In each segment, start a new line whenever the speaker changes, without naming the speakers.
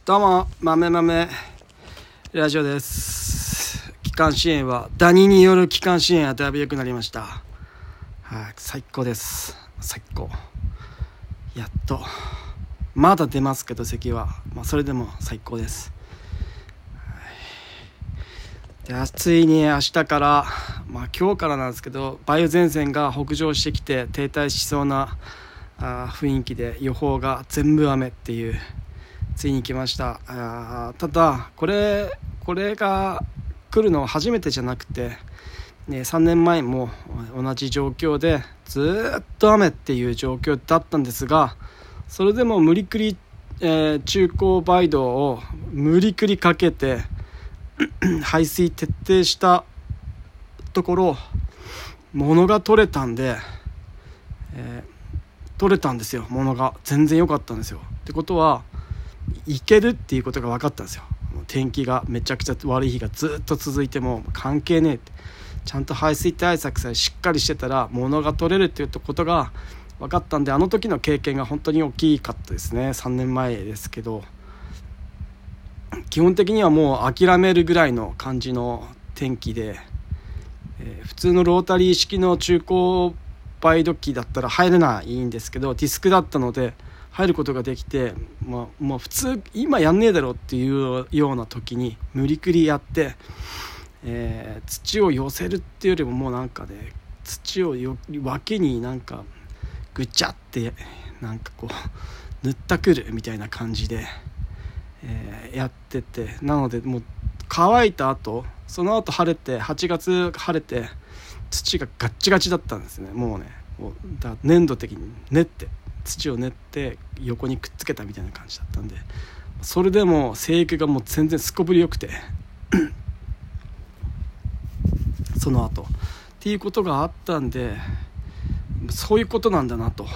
どうも、豆ラジオです。気管支炎はダニによる気管支炎がだいぶ良くなりました。最高です。最高。やっとまだ出ますけど咳は、それでも最高です。でついに明日から、今日からなんですけど、梅雨前線が北上してきて停滞しそうな雰囲気で、予報が全部雨っていう、ついに来ました。ただこれが来るのは初めてじゃなくて、3年前も同じ状況でずっと雨っていう状況だったんですが、それでも無理くり、中高梅道を無理くりかけて排水徹底したところ、物が取れたんで、取れたんですよ。物が全然良かったんですよ。ってことはいけるっていうことが分かったんですよ。天気がめちゃくちゃ悪い日がずっと続いても関係ねえって、ちゃんと排水対策さえしっかりしてたら物が取れるっていうことが分かったんで、あの時の経験が本当に大きかったですね。3年前ですけど、基本的にはもう諦めるぐらいの感じの天気で、普通のロータリー式の中高梅土機だったら入れないんですけど、ディスクだったので入ることができて、普通今やんねえだろっていうような時に無理くりやって、土を寄せるっていうよりも、もうなんかね、土を脇になんかぐちゃってなんかこう塗ったくるみたいな感じで、やってて、なのでもう乾いた後、その後晴れて、8月晴れて土がガッチガチだったんですね。もうだ粘土的に土を練って横にくっつけたみたいな感じだったんで、それでも生育がもう全然すこぶり良くてその後っていうことがあったんで、そういうことなんだなと。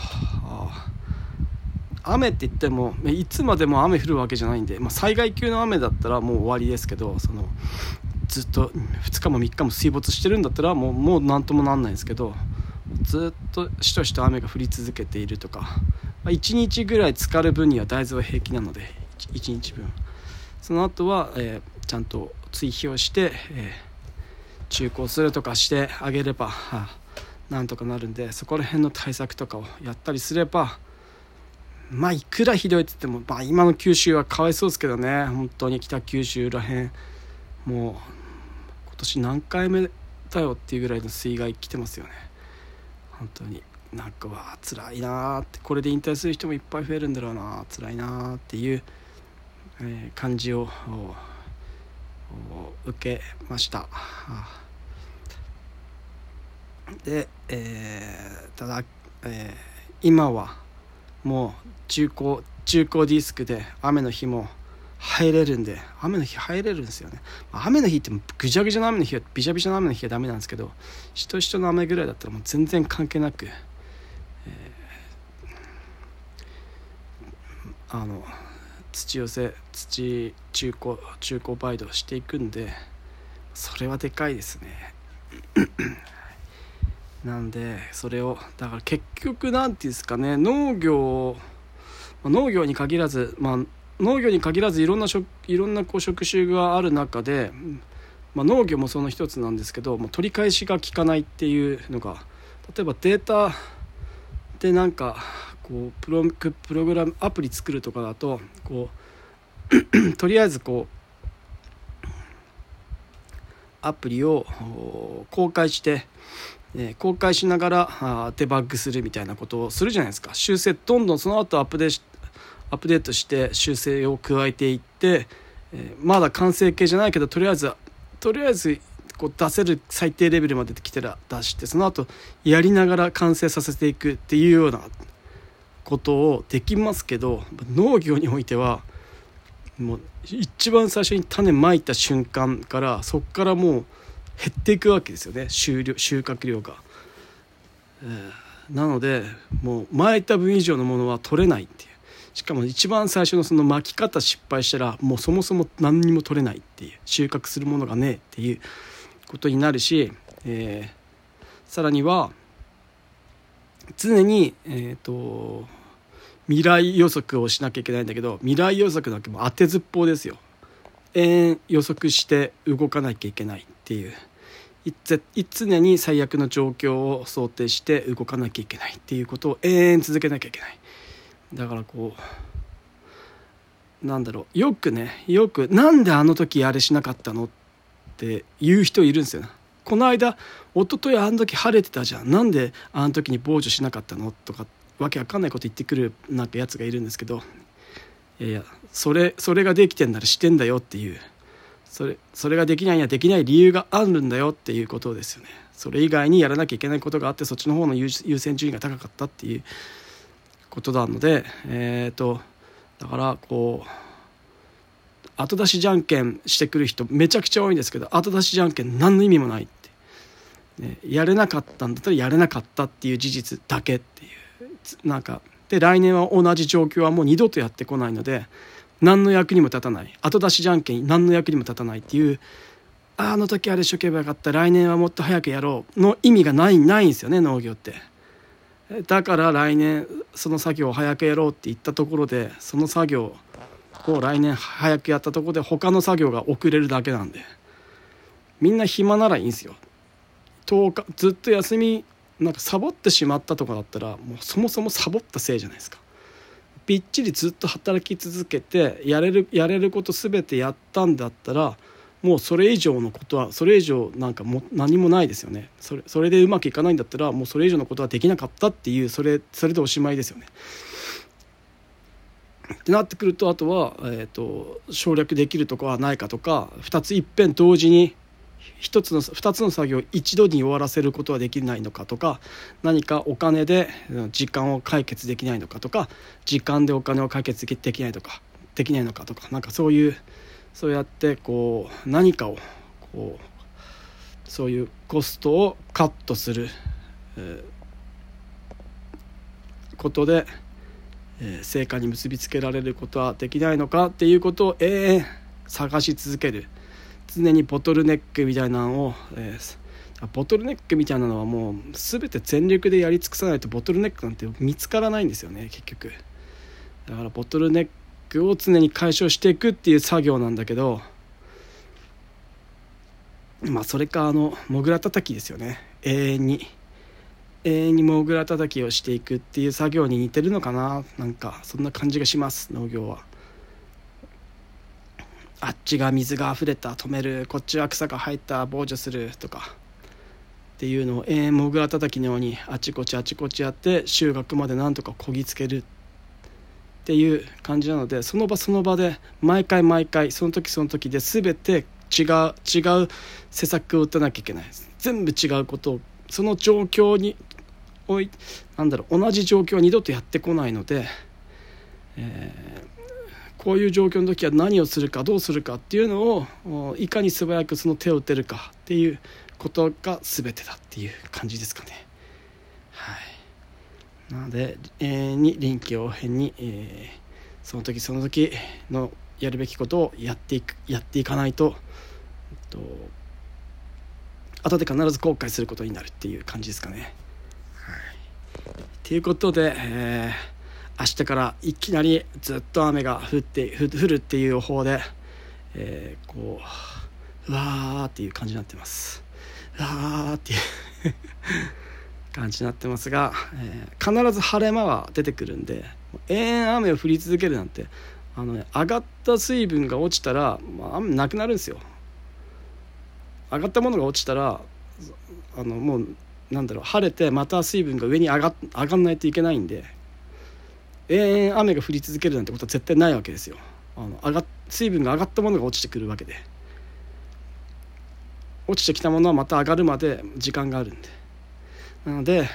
雨って言ってもいつまでも雨降るわけじゃないんで、災害級の雨だったらもう終わりですけど、ずっと2日も3日も水没してるんだったらもう何ともなんないんですけど、ずっとしとしと雨が降り続けているとか、1日ぐらい浸かる分には大豆は平気なので、1日分、その後は、ちゃんと追肥をして、中耕するとかしてあげれば、なんとかなるんで、そこら辺の対策とかをやったりすれば、いくらひどいって言っても、今の九州はかわいそうですけどね。本当に北九州らへん、もう今年何回目だよっていうぐらいの水害来てますよね。本当になんか辛いなって、これで引退する人もいっぱい増えるんだろうな、辛いなっていう、感じを受けました。で、ただ、今はもう中高ディスクで雨の日も入れるんで、雨の日入れるんですよね。雨の日ってぐちゃぐちゃの雨の日は、びしゃびしゃの雨の日はダメなんですけど、しとしとの雨ぐらいだったらもう全然関係なく、土寄せ、中高梅土していくんで、それはでかいですねなんで、それをだから結局なんていうんですかね、農業に限らず、いろんな職種がある中で、農業もその一つなんですけど、取り返しが効かないっていうのが、例えばデータでなんかこうプログラムアプリ作るとかだと、こうとりあえずこうアプリを公開して、公開しながらデバッグするみたいなことをするじゃないですか。修正どんどんその後アップデートして修正を加えていって、まだ完成形じゃないけど、とりあえずこう出せる最低レベルまで来たら出して、その後やりながら完成させていくっていうようなことをできますけど、農業においてはもう一番最初に種まいた瞬間から、そこからもう減っていくわけですよね、収穫量が。なのでもうまいた分以上のものは取れないっていう。しかも一番最初のその巻き方失敗したら、もうそもそも何にも取れないっていう、収穫するものがねえっていうことになるし、さらには常に未来予測をしなきゃいけないんだけど、未来予測だけも当てずっぽうですよ。予測して動かなきゃいけないっていう、常に最悪の状況を想定して動かなきゃいけないっていうことを続けなきゃいけない。だからこうよくなんであの時あれしなかったのって言う人いるんですよ。この間一昨日あの時晴れてたじゃん、なんであの時に防除しなかったのとかわけわかんないこと言ってくるやつがいるんですけど、いやそれができてんならしてんだよっていう、それができないにはできない理由があるんだよっていうことですよね。それ以外にやらなきゃいけないことがあって、そっちの方の優先順位が高かったっていうことなので、だからこう後出しじゃんけんしてくる人めちゃくちゃ多いんですけど、後出しじゃんけん何の意味もないって、ね、やれなかったんだったらやれなかったっていう事実だけっていう、で来年は同じ状況はもう二度とやってこないので何の役にも立たない、後出しじゃんけん何の役にも立たないっていう、あの時あれしとけばよかった、来年はもっと早くやろうの意味がないんですよね、農業って。だから来年その作業を早くやろうって言ったところで、その作業を来年早くやったところで他の作業が遅れるだけなんで、みんな暇ならいいんですよ。10日ずっと休みサボってしまったとかだったら、もうそもそもサボったせいじゃないですか。びっちりずっと働き続けてやれること全てやったんだったら、もうそれ以上のことはもう何もないですよね。それでうまくいかないんだったら、もうそれ以上のことはできなかったっていう、それでおしまいですよね。ってなってくると、あとは、省略できるところはないかとか、2ついっぺん同時に2つの作業を一度に終わらせることはできないのかとか、何かお金で時間を解決できないのかとか、時間でお金を解決できないのかとか、そうやってこう何かをこうそういうコストをカットすることで成果に結びつけられることはできないのかっていうことを探し続ける。常にボトルネックみたいなのを、ボトルネックみたいなのはもう全て全力でやり尽くさないとボトルネックなんて見つからないんですよね、結局。だからボトルネックを常に解消していくっていう作業なんだけど、それかモグラ叩きですよね。永遠にモグラ叩きをしていくっていう作業に似てるのかな、そんな感じがします、農業は。あっちが水が溢れた止める、こっちは草が生えた防除するとかっていうのをモグラ叩きのようにあちこちやって収穫までなんとかこぎつけるっていう感じなので、その場で毎回その時で全て違う施策を打たなきゃいけない。全部違うことをその状況に同じ状況は二度とやってこないので、こういう状況の時は何をするかどうするかっていうのをいかに素早くその手を打てるかっていうことが全てだっていう感じですかね。はい。なのでに臨機応変に、その時のやるべきことをやっていかないと、後で必ず後悔することになるっていう感じですかね。はい。ということで、明日からいきなりずっと雨が降るっていう予報で、うわーっていう感じになってます。うわーっていう感じになってますが、必ず晴れ間は出てくるんで、永遠雨を降り続けるなんて上がった水分が落ちたら、雨なくなるんですよ。上がったものが落ちたらもう晴れてまた水分が上に上がんないといけないんで、永遠雨が降り続けるなんてことは絶対ないわけですよ。水分が上がったものが落ちてくるわけで、落ちてきたものはまた上がるまで時間があるんで、なので、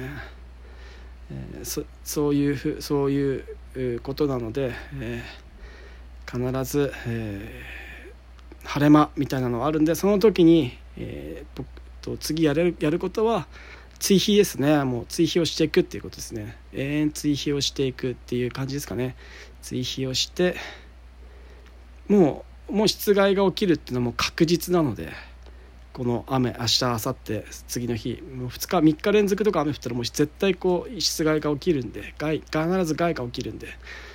そういうことなので、必ず、晴れ間みたいなのがあるんで、その時に、次やることは追肥ですね。もう追肥をしていくっていうことですね。永遠追肥をしていくっていう感じですかね。追肥をしてもう失害が起きるっていうのはもう確実なので、 この雨、明日明後日次の日もう2日3日連続とか雨降ったらもう絶対こう室外が起きるんで、必ず害が起きるんで、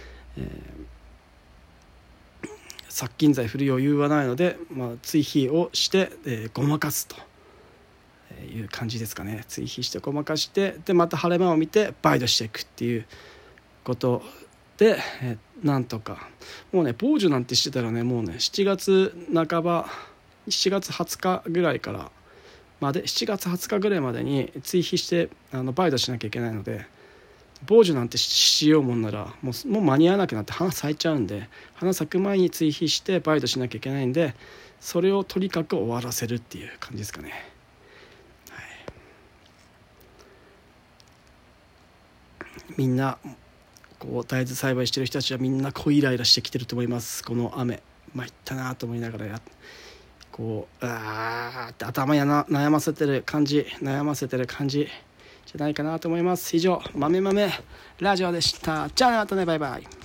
殺菌剤振る余裕はないので、追肥をして、ごまかすという感じですかね。追肥してごまかして、でまた晴れ間を見て培土していくっていうことで、なんとかもうね防除なんてしてたらね、もうね7月半ば7月20日ぐらいからまで7月20日ぐらいまでに追肥して培土しなきゃいけないので、防除なんてしようもんならもう間に合わなくなって花咲いちゃうんで、花咲く前に追肥して培土しなきゃいけないんで、それをとにかく終わらせるっていう感じですかね。みんなこう大豆栽培してる人たちはみんなこうイライラしてきてると思います。この雨参ったなと思いながらこうって頭悩ませてる感じじゃないかなと思います。以上豆ラジオでした。じゃあね、またね、バイバイ。